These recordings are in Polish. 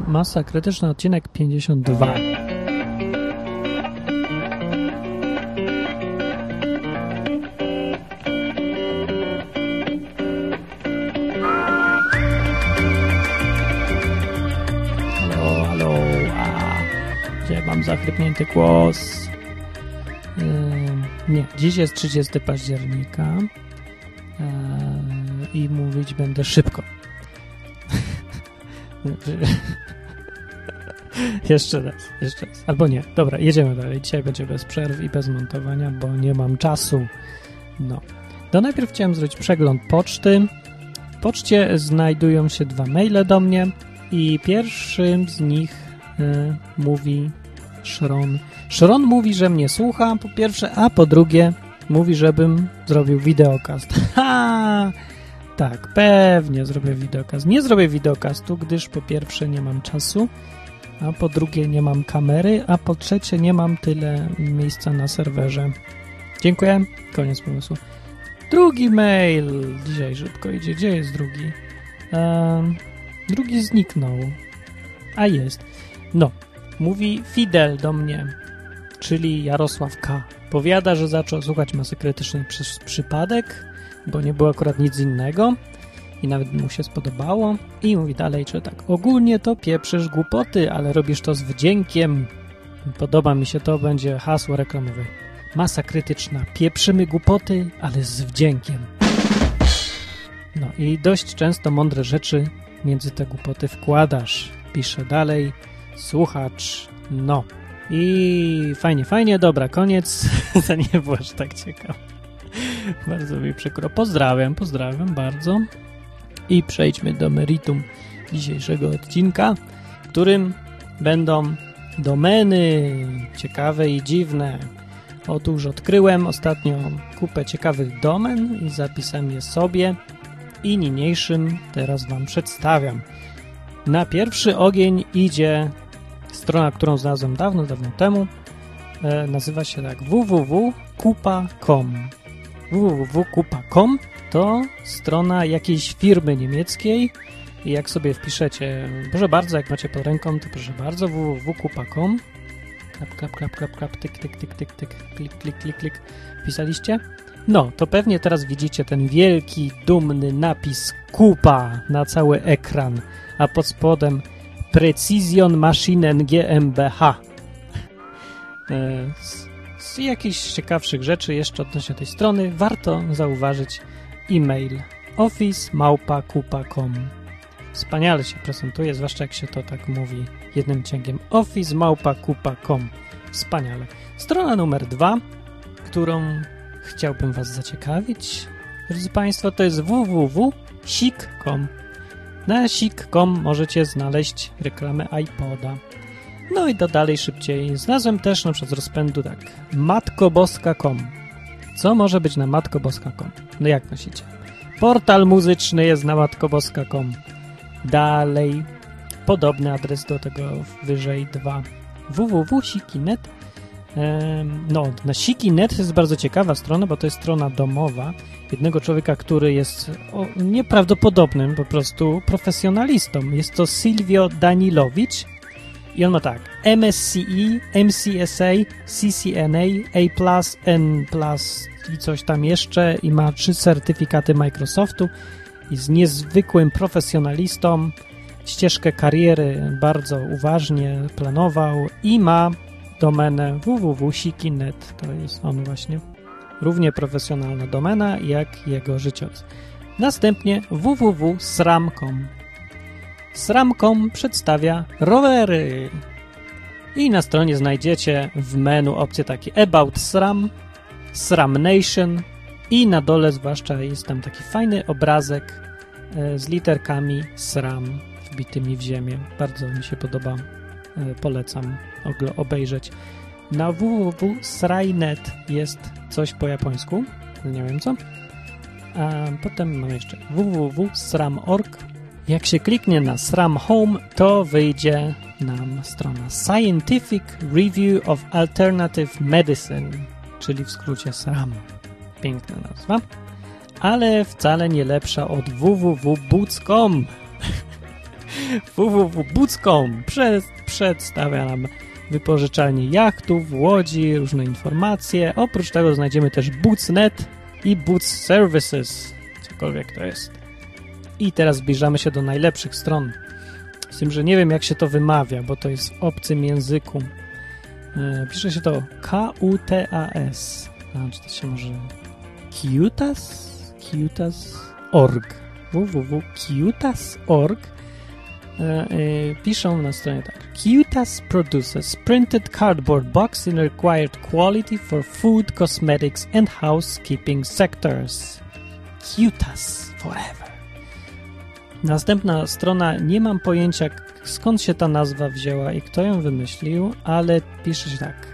Masa Krytyczna, odcinek 52. Halo, gdzie mam zachrypnięty głos? Nie, dziś jest 30 października i mówić będę szybko. Jeszcze raz. Albo nie. Dobra, jedziemy dalej. Dzisiaj będzie bez przerw i bez montowania, bo nie mam czasu. No. To najpierw chciałem zrobić przegląd poczty. W poczcie znajdują się 2 maile do mnie i pierwszym z nich mówi Szron. Szron mówi, że mnie słucha, po pierwsze, a po drugie mówi, żebym zrobił wideokast. Ha! Tak, pewnie zrobię wideokast. Nie zrobię wideokastu, gdyż po pierwsze nie mam czasu, a po drugie nie mam kamery, a po trzecie nie mam tyle miejsca na serwerze. Dziękuję. Koniec pomysłu. Drugi mail. Dzisiaj szybko idzie. Gdzie jest drugi? Drugi zniknął. A jest. No. Mówi Fidel do mnie, czyli Jarosław K. Powiada, że zaczął słuchać Masy Krytycznej przez przypadek, bo nie było akurat nic innego i nawet mu się spodobało i mówi dalej, że tak, ogólnie to pieprzysz głupoty, ale robisz to z wdziękiem. Podoba mi się to, będzie hasło reklamowe. Masa Krytyczna, pieprzymy głupoty, ale z wdziękiem. No i dość często mądre rzeczy między te głupoty wkładasz. Pisze dalej słuchacz, no. I fajnie, dobra, koniec. To nie było aż tak ciekawe. Bardzo mi przykro. Pozdrawiam bardzo. I przejdźmy do meritum dzisiejszego odcinka, w którym będą domeny ciekawe i dziwne. Otóż odkryłem ostatnio kupę ciekawych domen i zapisałem je sobie i niniejszym teraz wam przedstawiam. Na pierwszy ogień idzie strona, którą znalazłem dawno temu. Nazywa się tak www.kupa.com. www.kupa.com to strona jakiejś firmy niemieckiej i jak sobie wpiszecie, proszę bardzo, jak macie pod ręką, to proszę bardzo, www.kupa.com klik, wpisaliście? No, to pewnie teraz widzicie ten wielki, dumny napis Kupa na cały ekran, a pod spodem Precision Maschinen GmbH. Z jakichś ciekawszych rzeczy jeszcze odnośnie tej strony warto zauważyć e-mail office@kupa.com. Wspaniale się prezentuje, zwłaszcza jak się to tak mówi jednym ciągiem. office@kupa.com. Wspaniale. Strona numer 2, którą chciałbym was zaciekawić, drodzy Państwo, to jest www.sik.com. Na sik.com możecie znaleźć reklamę iPoda. No i do dalej szybciej. Znalazłem też na przykład z rozpędu tak matkoboska.com. Co może być na matkoboska.com? No jak myślicie? Portal muzyczny jest na matkoboska.com. Dalej podobny adres do tego wyżej 2. www.siki.net. No, na Siki.net jest bardzo ciekawa strona, bo to jest strona domowa jednego człowieka, który jest nieprawdopodobnym po prostu profesjonalistą. Jest to Silvio Danilowicz i on ma tak MSCE, MCSA, CCNA, A+, N+, i coś tam jeszcze i ma 3 certyfikaty Microsoftu. Jest niezwykłym profesjonalistą, ścieżkę kariery bardzo uważnie planował i ma domenę www.siki.net. To jest on właśnie. Równie profesjonalna domena jak jego życiorys. Następnie www.sram.com. Sram.com przedstawia rowery. I na stronie znajdziecie w menu opcje takie About SRAM, SRAM Nation i na dole zwłaszcza jest tam taki fajny obrazek z literkami SRAM wbitymi w ziemię. Bardzo mi się podoba. Polecam obejrzeć. Na www.sraj.net jest coś po japońsku. Nie wiem co. A potem mam jeszcze www.sram.org. Jak się kliknie na SRAM Home, to wyjdzie nam strona Scientific Review of Alternative Medicine, czyli w skrócie SRAM. Piękna nazwa. Ale wcale nie lepsza od www.boots.com. www.boots.com przedstawia nam wypożyczalnie jachtów, łodzi, różne informacje. Oprócz tego znajdziemy też Boots.net i Boots Services, cokolwiek to jest. I teraz zbliżamy się do najlepszych stron. Z tym, że nie wiem, jak się to wymawia, bo to jest w obcym języku. Pisze się to Kutas. Czy to się może... Kutas? Kutas.org. www.kutas.org. Piszą na stronie tak. Kutas produces printed cardboard box in required quality for food, cosmetics and housekeeping sectors. Kutas forever. Następna strona, nie mam pojęcia skąd się ta nazwa wzięła i kto ją wymyślił, ale pisze się tak.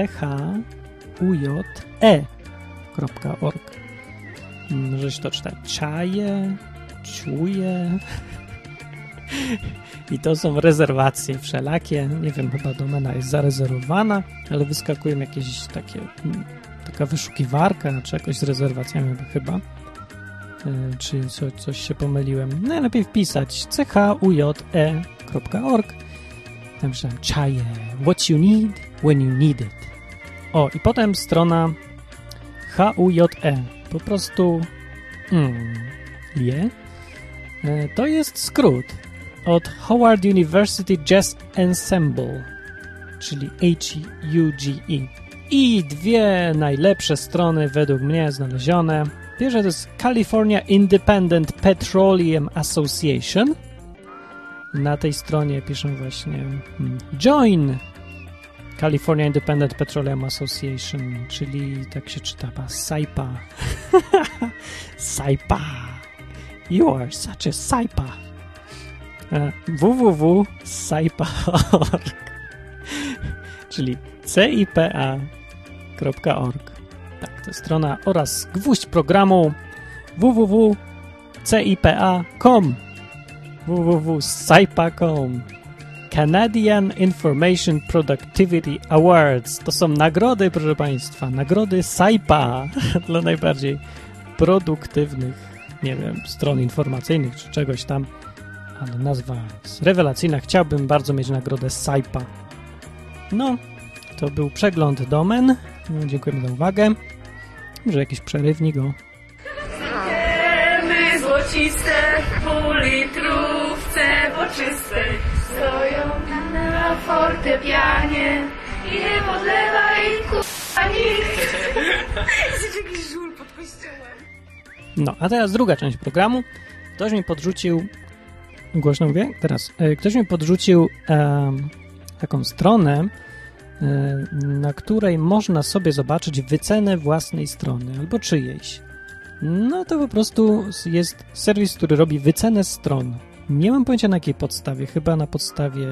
chuje.org. Może się to czyta czuje. I to są rezerwacje wszelakie. Nie wiem, chyba domena jest zarezerwowana, ale wyskakują jakieś taka wyszukiwarka czegoś z rezerwacjami chyba. Czy coś się pomyliłem. Najlepiej wpisać chuje.org. Tam piszemy czaje. What you need when you need it. O, i potem strona HUJE. Po prostu to jest skrót od Howard University Jazz Ensemble, czyli HUGE. I dwie najlepsze strony według mnie znalezione. Pierwsza to jest California Independent Petroleum Association. Na tej stronie piszą właśnie Join California Independent Petroleum Association, czyli tak się czyta, SAIPA. SAIPA. You are such a SAIPA. www.saipa.org, czyli cipa.org. Tak, to jest strona oraz gwóźdź programu www.cipa.com, www.saipa.com. Canadian Information Productivity Awards. To są nagrody, proszę Państwa. Nagrody SAIPA dla najbardziej produktywnych, nie wiem, stron informacyjnych czy czegoś tam. Ale nazwa jest rewelacyjna. Chciałbym bardzo mieć nagrodę SAIPA. No, to był przegląd domen. Dziękujemy za uwagę. Może jakiś przerywnik go. Ziemy złociste, pół litrówce poczystej stoją na fortepianie i nie podlewaj k***a nikt. Jesteś jakiś żul pod kościołem. No, a teraz druga część programu. Ktoś mi podrzucił... Głośno mówię? Teraz. Ktoś mi podrzucił taką stronę, na której można sobie zobaczyć wycenę własnej strony albo czyjejś. No to po prostu jest serwis, który robi wycenę stron. Nie mam pojęcia na jakiej podstawie. Chyba na podstawie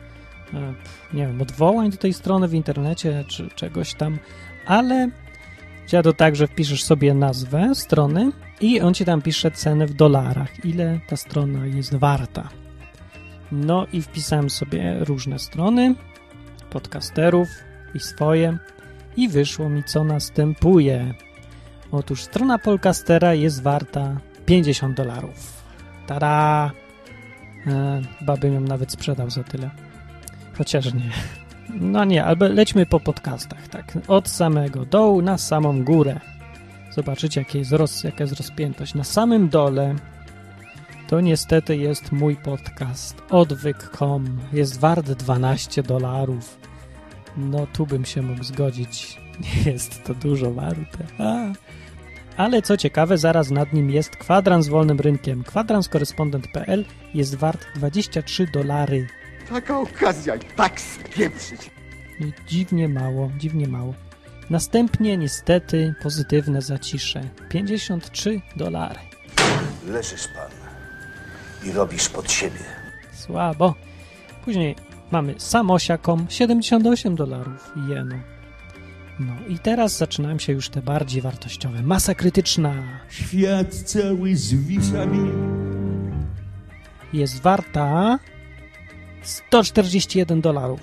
nie wiem, odwołań do tej strony w internecie czy czegoś tam, ale działa to tak, że wpiszesz sobie nazwę strony i on ci tam pisze cenę w dolarach, ile ta strona jest warta. No i wpisałem sobie różne strony podcasterów i swoje i wyszło mi, co następuje. Otóż strona Polcastera jest warta $50. Tada! Chyba bym ją nawet sprzedał za tyle. Chociaż nie. No nie, ale lećmy po podcastach, tak. Od samego dołu na samą górę. Zobaczycie, jaka jest rozpiętość. Na samym dole to niestety jest mój podcast odwyk.com. Jest wart $12. No tu bym się mógł zgodzić. Nie jest to dużo warte. Ale co ciekawe, zaraz nad nim jest kwadrans z wolnym rynkiem. Kwadranskorespondent.pl jest wart $23. Taka okazja i tak spieprzyć. Dziwnie mało. Następnie niestety pozytywne zacisze. $53. Leżysz pan i robisz pod siebie. Słabo. Później mamy samosia.com, $78. Jeno. No i teraz zaczynają się już te bardziej wartościowe. Masa krytyczna. Świat cały zwisa mi. Jest warta $141.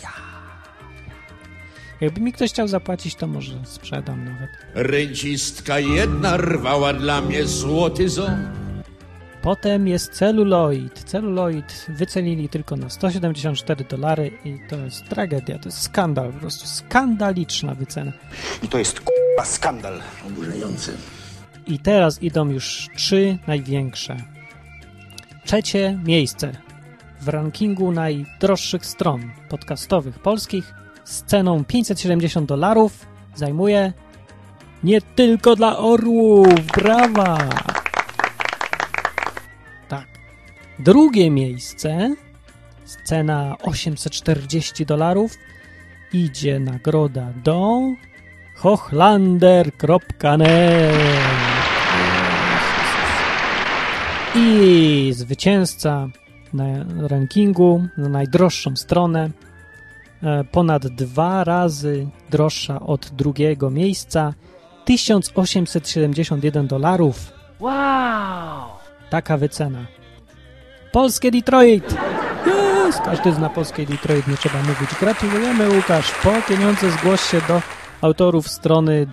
Jakby mi ktoś chciał zapłacić, to może sprzedam nawet. Rencistka jedna rwała dla mnie złoty ząb. Potem jest celuloid. Celuloid wycenili tylko na $174 i to jest tragedia, to jest skandal, po prostu skandaliczna wycena. I to jest k***a skandal oburzający. I teraz idą już 3 największe. Trzecie miejsce w rankingu najdroższych stron podcastowych polskich z ceną $570 zajmuje Nie tylko dla orłów. Brawa! Tak. Drugie miejsce, cena $840, idzie nagroda do hochlander.net. I zwycięzca na rankingu na najdroższą stronę, ponad 2 razy droższa od drugiego miejsca, $1871. Wow! Taka wycena. Polskie Detroit! Yes! Każdy zna polskie Detroit, nie trzeba mówić. Gratulujemy, Łukasz. Po pieniądze zgłoś się do autorów strony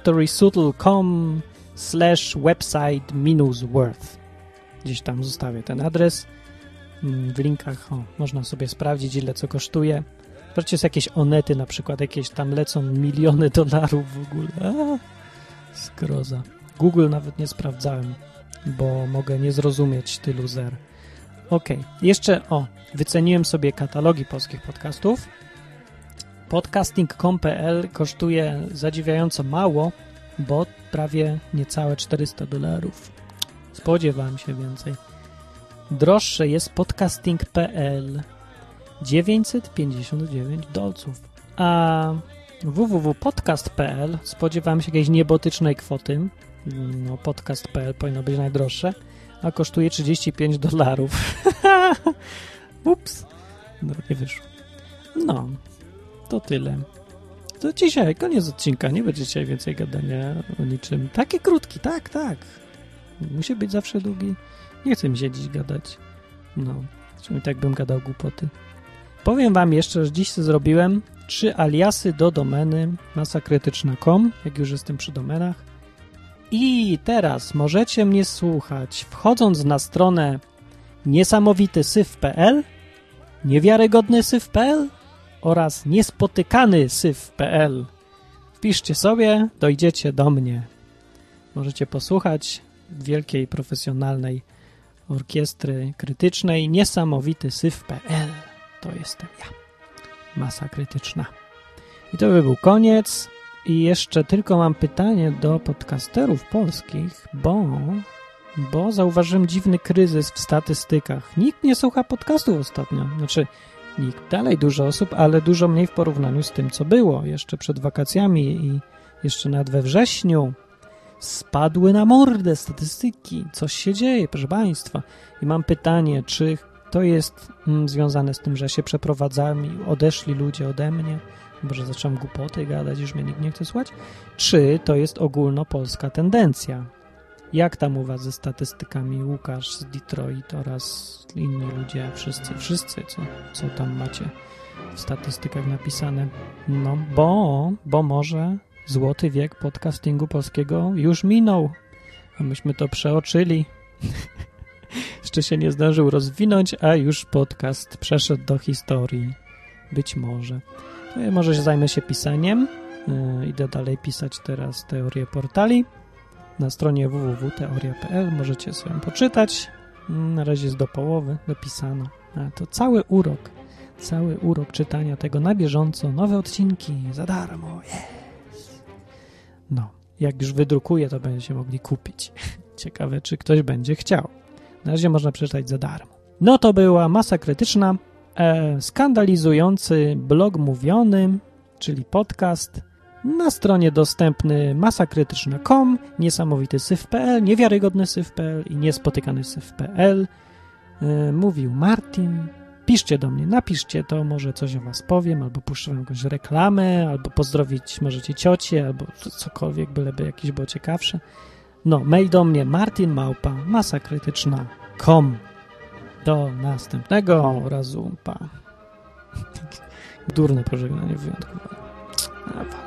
directorysutle.com/website-worth. Gdzieś tam zostawię ten adres. W linkach można sobie sprawdzić, ile co kosztuje. Zobaczcie, jakieś onety na przykład, jakieś tam lecą miliony dolarów w ogóle. Skroza. Google nawet nie sprawdzałem, bo mogę nie zrozumieć tylu zer. Okej. Jeszcze, wyceniłem sobie katalogi polskich podcastów. Podcasting.com.pl kosztuje zadziwiająco mało, bo prawie niecałe $400. Spodziewałem się więcej. Droższe jest podcasting.pl, $959, a www.podcast.pl spodziewałem się jakiejś niebotycznej kwoty. No, podcast.pl powinno być najdroższe, a kosztuje $35. Ups. No, nie wyszło. No, to tyle. To dzisiaj, koniec odcinka. Nie będzie dzisiaj więcej gadania o niczym. Taki krótki, tak. Musi być zawsze długi. Nie chce mi się dziś gadać. No, czemu tak bym gadał głupoty. Powiem wam jeszcze, że dziś sobie zrobiłem 3 aliasy do domeny masakrytyczna.com, jak już jestem przy domenach. I teraz możecie mnie słuchać wchodząc na stronę niesamowitysyf.pl, niewiarygodnysyf.pl oraz niespotykansyf.pl. Wpiszcie sobie, dojdziecie do mnie. Możecie posłuchać wielkiej, profesjonalnej orkiestry krytycznej niesamowitysyf.pl. To jestem ja. Masa krytyczna. I to by był koniec. I jeszcze tylko mam pytanie do podcasterów polskich, bo zauważyłem dziwny kryzys w statystykach. Nikt nie słucha podcastów ostatnio. Znaczy, nikt, dalej dużo osób, ale dużo mniej w porównaniu z tym, co było jeszcze przed wakacjami i jeszcze nawet we wrześniu. Spadły na mordę statystyki. Coś się dzieje, proszę Państwa. I mam pytanie, czy to jest związane z tym, że się przeprowadzałem i odeszli ludzie ode mnie, może zacząłem głupoty gadać, już mnie nikt nie chce słuchać, czy to jest ogólnopolska tendencja? Jak tam u was ze statystykami, Łukasz z Detroit oraz inni ludzie, wszyscy, co tam macie w statystykach napisane? No, bo może złoty wiek podcastingu polskiego już minął, a myśmy to przeoczyli. Jeszcze się nie zdążył rozwinąć, a już podcast przeszedł do historii. Być może. Może zajmę się pisaniem. Idę dalej pisać teraz teorię portali. Na stronie www.teoria.pl możecie sobie poczytać. Na razie jest do połowy dopisano. A to cały urok czytania tego na bieżąco. Nowe odcinki za darmo. Yes. No, jak już wydrukuję, to będziecie mogli kupić. Ciekawe, czy ktoś będzie chciał. Na razie można przeczytać za darmo. No to była Masa Krytyczna, skandalizujący blog mówiony, czyli podcast, na stronie dostępny masakrytyczna.com, niesamowitysyf.pl, niewiarygodnysyf.pl i niespotykansyf.pl. Mówił Martin. Piszcie do mnie, napiszcie to, może coś o was powiem, albo puszczę wam jakąś reklamę, albo pozdrowić możecie ciocię, albo cokolwiek, byleby jakieś było ciekawsze. No, mail do mnie martin@masakrytyczna.com. Do następnego razu. Pa. Durne pożegnanie wyjątkowe.